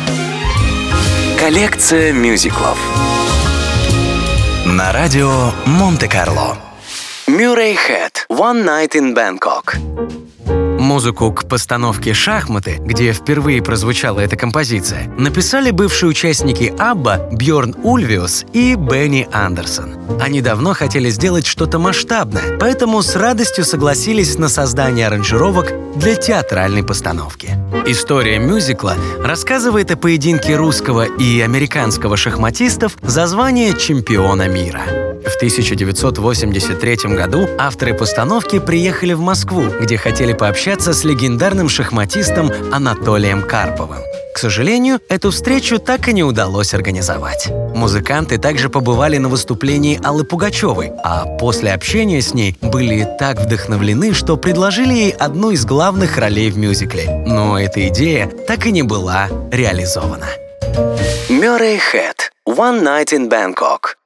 Коллекция мюзиклов на радио Монте-Карло. Мюррей Хэт «One Night in Bangkok». Музыку к постановке «Шахматы», где впервые прозвучала эта композиция, написали бывшие участники Абба Бьорн Ульвиус и Бенни Андерсон. Они давно хотели сделать что-то масштабное, поэтому с радостью согласились на создание аранжировок для театральной постановки. История мюзикла рассказывает о поединке русского и американского шахматистов за звание чемпиона мира. В 1983 году авторы постановки приехали в Москву, где хотели пообщаться с легендарным шахматистом Анатолием Карповым. К сожалению, эту встречу так и не удалось организовать. Музыканты также побывали на выступлении Аллы Пугачевой, а после общения с ней были так вдохновлены, что предложили ей одну из главных ролей в мюзикле. Но эта идея так и не была реализована. Мюррей Хэт «One Night in Bangkok».